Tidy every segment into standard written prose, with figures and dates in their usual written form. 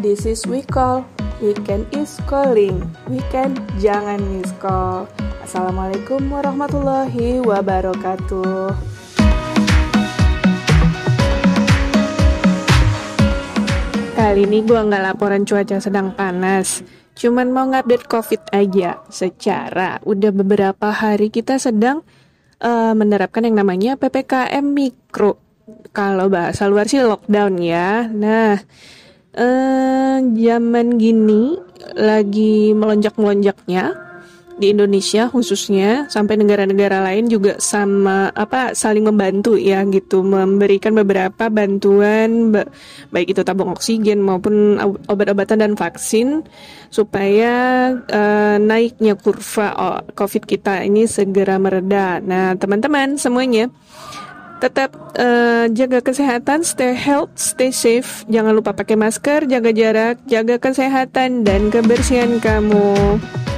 This is we call. Weekend is calling. Weekend jangan miss call. Assalamualaikum warahmatullahi wabarakatuh. Kali ini gue nggak laporan cuaca sedang panas. Cuman mau ngupdate COVID aja. Secara udah beberapa hari kita sedang menerapkan yang namanya PPKM Mikro. Kalau bahasa luar sih lockdown ya. Nah, zaman gini lagi melonjak-melonjaknya di Indonesia khususnya, sampai negara-negara lain juga saling membantu ya gitu, memberikan beberapa bantuan baik itu tabung oksigen maupun obat-obatan dan vaksin supaya naiknya kurva COVID kita ini segera mereda. Nah, teman-teman semuanya tetap jaga kesehatan, stay health, stay safe. Jangan lupa pakai masker, jaga jarak, jaga kesehatan dan kebersihan kamu.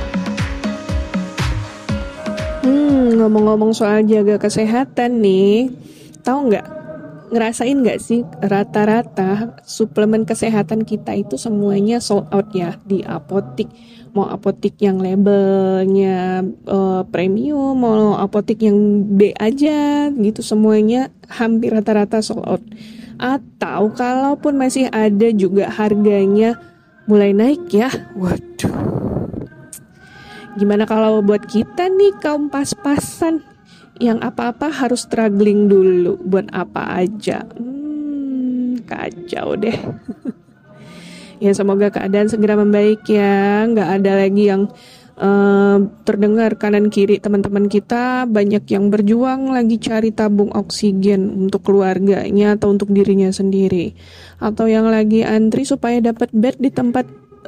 Ngomong-ngomong soal jaga kesehatan nih, tahu nggak? Ngerasain nggak sih rata-rata suplemen kesehatan kita itu semuanya sold out ya di apotik. Mau apotik yang labelnya premium, mau apotik yang B aja gitu, semuanya hampir rata-rata sold out. Atau kalaupun masih ada juga harganya mulai naik ya. Waduh. Gimana kalau buat kita nih kaum pas-pasan yang apa-apa harus struggling dulu buat apa aja? Kacau deh. Ya semoga keadaan segera membaik ya, nggak ada lagi yang terdengar kanan kiri teman-teman kita banyak yang berjuang lagi cari tabung oksigen untuk keluarganya atau untuk dirinya sendiri, atau yang lagi antri supaya dapat bed di tempat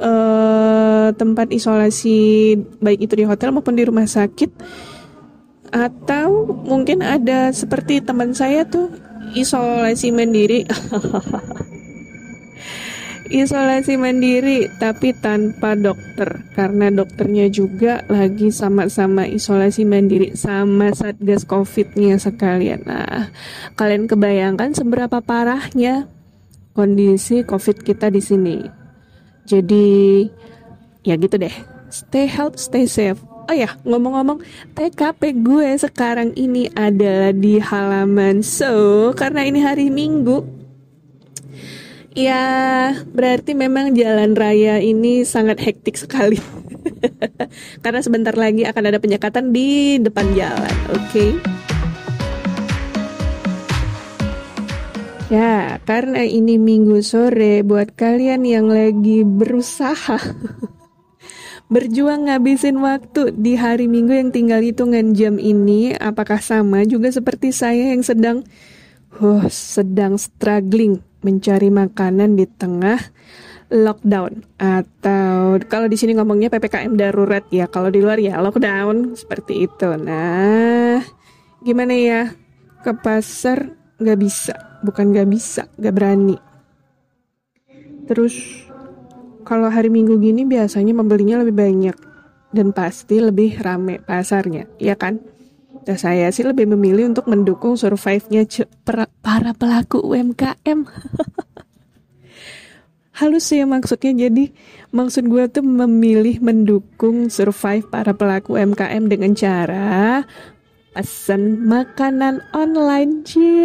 isolasi baik itu di hotel maupun di rumah sakit, atau mungkin ada seperti teman saya tuh isolasi mandiri. Isolasi mandiri tapi tanpa dokter, karena dokternya juga lagi sama-sama isolasi mandiri sama Satgas Covid-nya sekalian. Nah, kalian kebayangkan seberapa parahnya kondisi Covid kita di sini. Jadi, ya gitu deh. Stay healthy, stay safe. Oh ya, ngomong-ngomong, TKP gue sekarang ini adalah di halaman. So, karena ini hari Minggu, ya, berarti memang jalan raya ini sangat hektik sekali. Karena sebentar lagi akan ada penyekatan di depan jalan, oke? Ya, karena ini Minggu sore, buat kalian yang lagi berusaha berjuang ngabisin waktu di hari Minggu yang tinggal hitungan jam ini, apakah sama juga seperti saya yang sedang struggling mencari makanan di tengah lockdown, atau kalau di sini ngomongnya PPKM darurat ya, kalau di luar ya lockdown seperti itu. Nah, gimana ya, ke pasar nggak bisa, bukan nggak bisa, nggak berani. Terus kalau hari Minggu gini biasanya membelinya lebih banyak dan pasti lebih rame pasarnya, ya kan? Dan saya sih lebih memilih untuk mendukung survive-nya para pelaku UMKM. Halus ya maksudnya, jadi maksud gue tuh memilih mendukung survive para pelaku UMKM dengan cara pesan makanan online.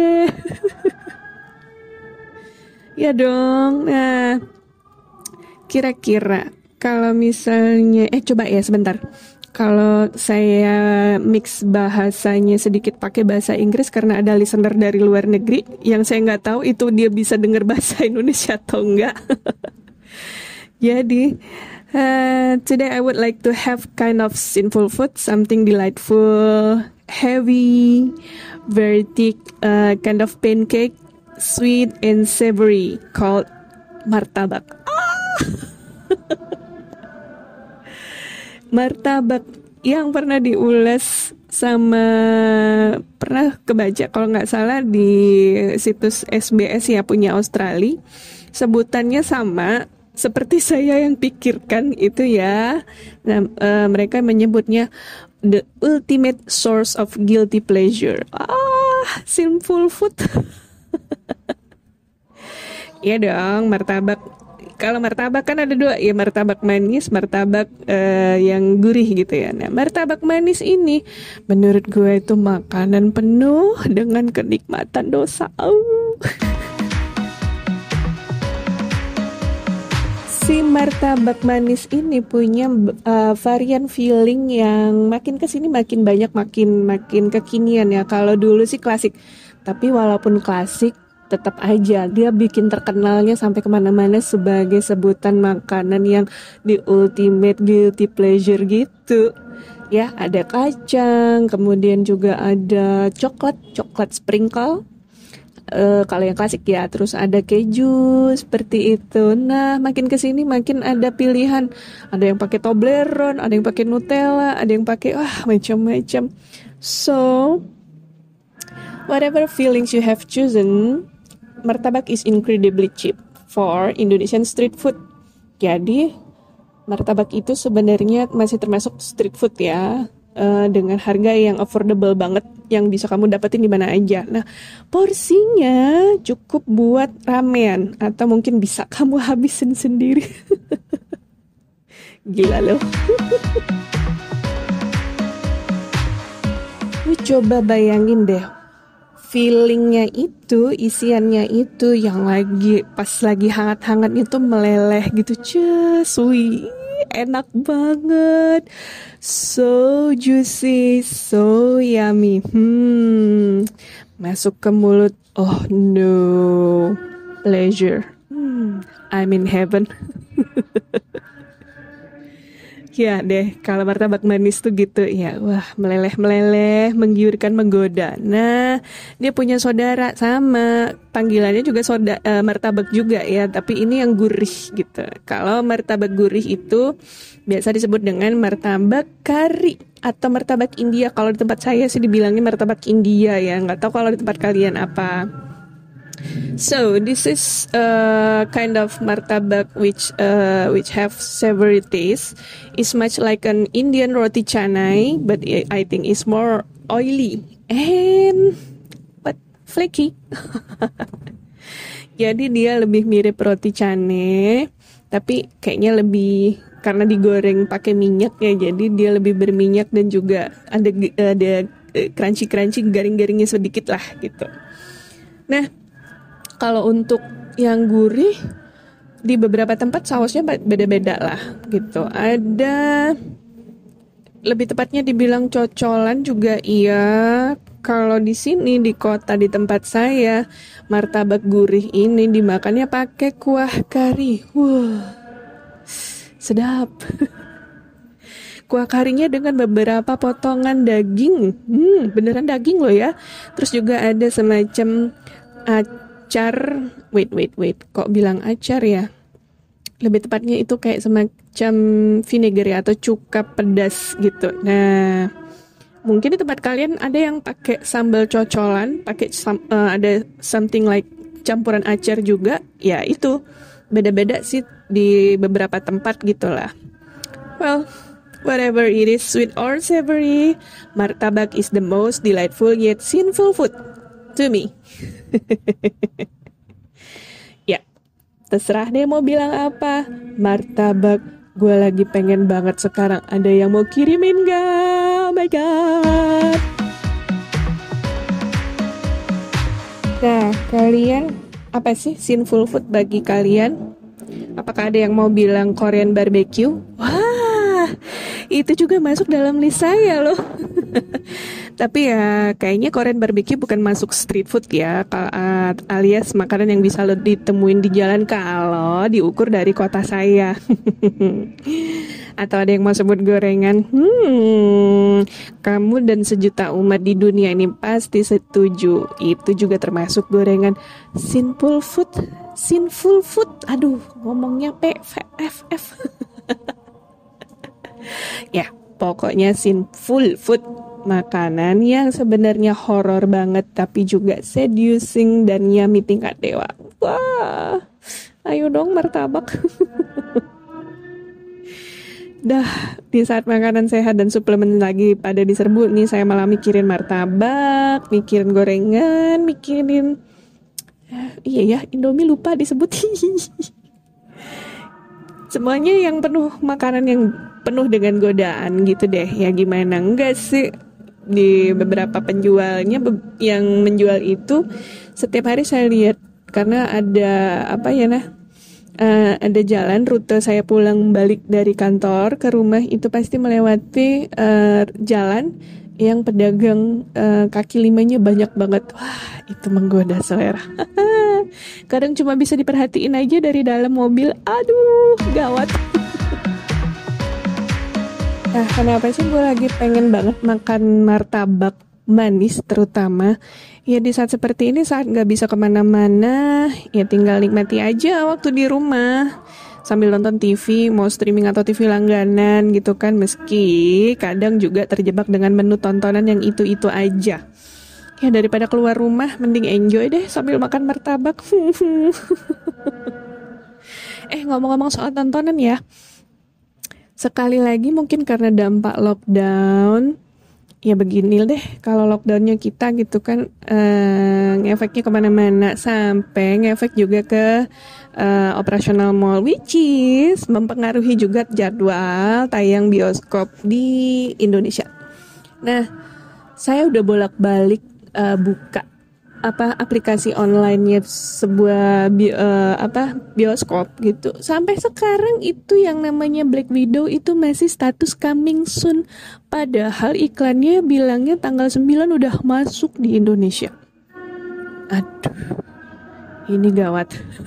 Ya dong. Nah, kira-kira kalau misalnya coba ya sebentar. Kalau saya mix bahasanya sedikit pakai bahasa Inggris karena ada listener dari luar negeri yang saya nggak tahu itu dia bisa dengar bahasa Indonesia atau enggak. Jadi, today I would like to have kind of sinful food, something delightful, heavy, very thick, kind of pancake, sweet and savory, called martabak. Martabak yang pernah diulas pernah kebaca kalau nggak salah di situs SBS ya, punya Australia. Sebutannya sama seperti saya yang pikirkan itu ya. Nah, mereka menyebutnya the ultimate source of guilty pleasure. Sinful food. Iya dong, martabak Kalau martabak kan ada dua ya, martabak manis, martabak yang gurih gitu ya. Nah, martabak manis ini menurut gue itu makanan penuh dengan kenikmatan dosa. Si martabak manis ini punya varian filling yang makin kesini makin banyak, makin makin kekinian ya. Kalau dulu sih klasik, tapi walaupun klasik tetap aja dia bikin terkenalnya sampai kemana-mana sebagai sebutan makanan yang di ultimate guilty pleasure gitu. Ya, ada kacang, kemudian juga ada coklat sprinkle. Kalau yang klasik ya, terus ada keju seperti itu. Nah, makin kesini makin ada pilihan. Ada yang pakai Toblerone, ada yang pakai Nutella, ada yang pakai macam-macam. So, whatever fillings you have chosen, martabak is incredibly cheap for Indonesian street food. Jadi, martabak itu sebenarnya masih termasuk street food ya, dengan harga yang affordable banget, yang bisa kamu dapetin di mana aja. Nah, porsinya cukup buat ramean atau mungkin bisa kamu habisin sendiri. Gila loh. Lu coba bayangin deh, feelingnya itu, isiannya itu yang pas lagi hangat-hangatnya tuh meleleh gitu, wih, enak banget, so juicy, so yummy, masuk ke mulut, oh no, pleasure, I'm in heaven. Ya deh, kalau martabak manis tuh gitu ya, wah meleleh-meleleh, menggiurkan, menggoda. Nah, dia punya saudara sama, panggilannya juga martabak juga ya, tapi ini yang gurih gitu. Kalau martabak gurih itu biasa disebut dengan martabak kari atau martabak India. Kalau di tempat saya sih dibilangnya martabak India ya, nggak tahu kalau di tempat kalian apa. So this is kind of martabak which have savory taste. It's much like an Indian roti canai, but I think it's more oily and but flaky. Jadi dia lebih mirip roti canai, tapi kayaknya lebih karena digoreng pakai minyak ya, jadi dia lebih berminyak dan juga ada crunchy garing-garingnya sedikit lah gitu. Nah, kalau untuk yang gurih, di beberapa tempat sausnya beda-beda lah gitu. Ada, lebih tepatnya dibilang cocolan juga iya. Kalau di sini di kota di tempat saya, martabak gurih ini dimakannya pakai kuah kari. Wah, sedap. Kuah karinya dengan beberapa potongan daging. Beneran daging loh ya. Terus juga ada semacam acar, wait, kok bilang acar ya? Lebih tepatnya itu kayak semacam vinegar ya, atau cuka pedas gitu. Nah, mungkin di tempat kalian ada yang pakai sambal cocolan, ada something like campuran acar juga. Ya itu, beda-beda sih di beberapa tempat gitulah. Well, whatever it is, sweet or savory, martabak is the most delightful yet sinful food to me. Ya, terserah deh mau bilang apa. Martabak, gue lagi pengen banget sekarang. Ada yang mau kirimin gak? Oh my god. Nah, kalian apa sih sinful food bagi kalian? Apakah ada yang mau bilang Korean barbecue? Wah, itu juga masuk dalam list saya loh. Tapi ya kayaknya Korean barbecue bukan masuk street food ya, alias makanan yang bisa ditemuin di jalan kalau diukur dari kota saya. Atau ada yang mau sebut gorengan? Kamu dan sejuta umat di dunia ini pasti setuju. Itu juga termasuk gorengan sinful food. Aduh, ngomongnya PFF. Ya, pokoknya sinful food. Makanan yang sebenarnya horor banget tapi juga seducing dan yummy tingkat dewa. Wah, ayo dong martabak. Dah, di saat makanan sehat dan suplemen lagi pada diserbu nih, saya malah mikirin martabak, mikirin gorengan, mikirin iya ya, Indomie lupa disebut. Semuanya yang penuh makanan yang penuh dengan godaan gitu deh. Ya gimana enggak sih, di beberapa penjualnya yang menjual itu setiap hari saya lihat, karena ada apa ya ada jalan rute saya pulang balik dari kantor ke rumah itu pasti melewati jalan yang pedagang kaki limanya banyak banget. Wah, itu menggoda selera. Kadang cuma bisa diperhatiin aja dari dalam mobil. Aduh, gawat. Nah, kenapa sih gue lagi pengen banget makan martabak manis terutama. Ya di saat seperti ini, saat gak bisa kemana-mana, ya tinggal nikmati aja waktu di rumah. Sambil nonton TV, mau streaming atau TV langganan gitu kan. Meski kadang juga terjebak dengan menu tontonan yang itu-itu aja. Ya daripada keluar rumah, mending enjoy deh sambil makan martabak. Ngomong-ngomong soal tontonan ya. Sekali lagi mungkin karena dampak lockdown, ya begini deh, kalau lockdownnya kita gitu kan ngefeknya kemana-mana, sampai ngefek juga ke operasional mall, which is mempengaruhi juga jadwal tayang bioskop di Indonesia. Nah, saya udah bolak-balik buka aplikasi online-nya sebuah bioskop gitu. Sampai sekarang itu yang namanya Black Widow itu masih status coming soon. Padahal iklannya bilangnya tanggal 9 udah masuk di Indonesia. Aduh, ini gawat.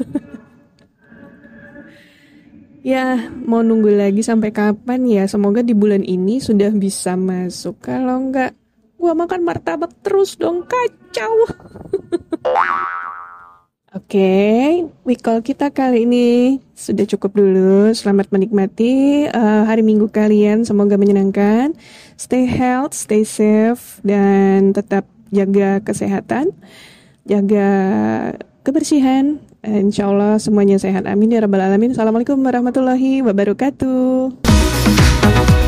Ya, mau nunggu lagi sampai kapan ya? Semoga di bulan ini sudah bisa masuk. Kalau enggak, gua makan martabak terus dong, kacau. Oke, recall kita kali ini sudah cukup dulu. Selamat menikmati hari Minggu kalian. Semoga menyenangkan. Stay health, stay safe, dan tetap jaga kesehatan, jaga kebersihan. Insya Allah semuanya sehat. Amin ya rabbal alamin. Assalamualaikum warahmatullahi wabarakatuh.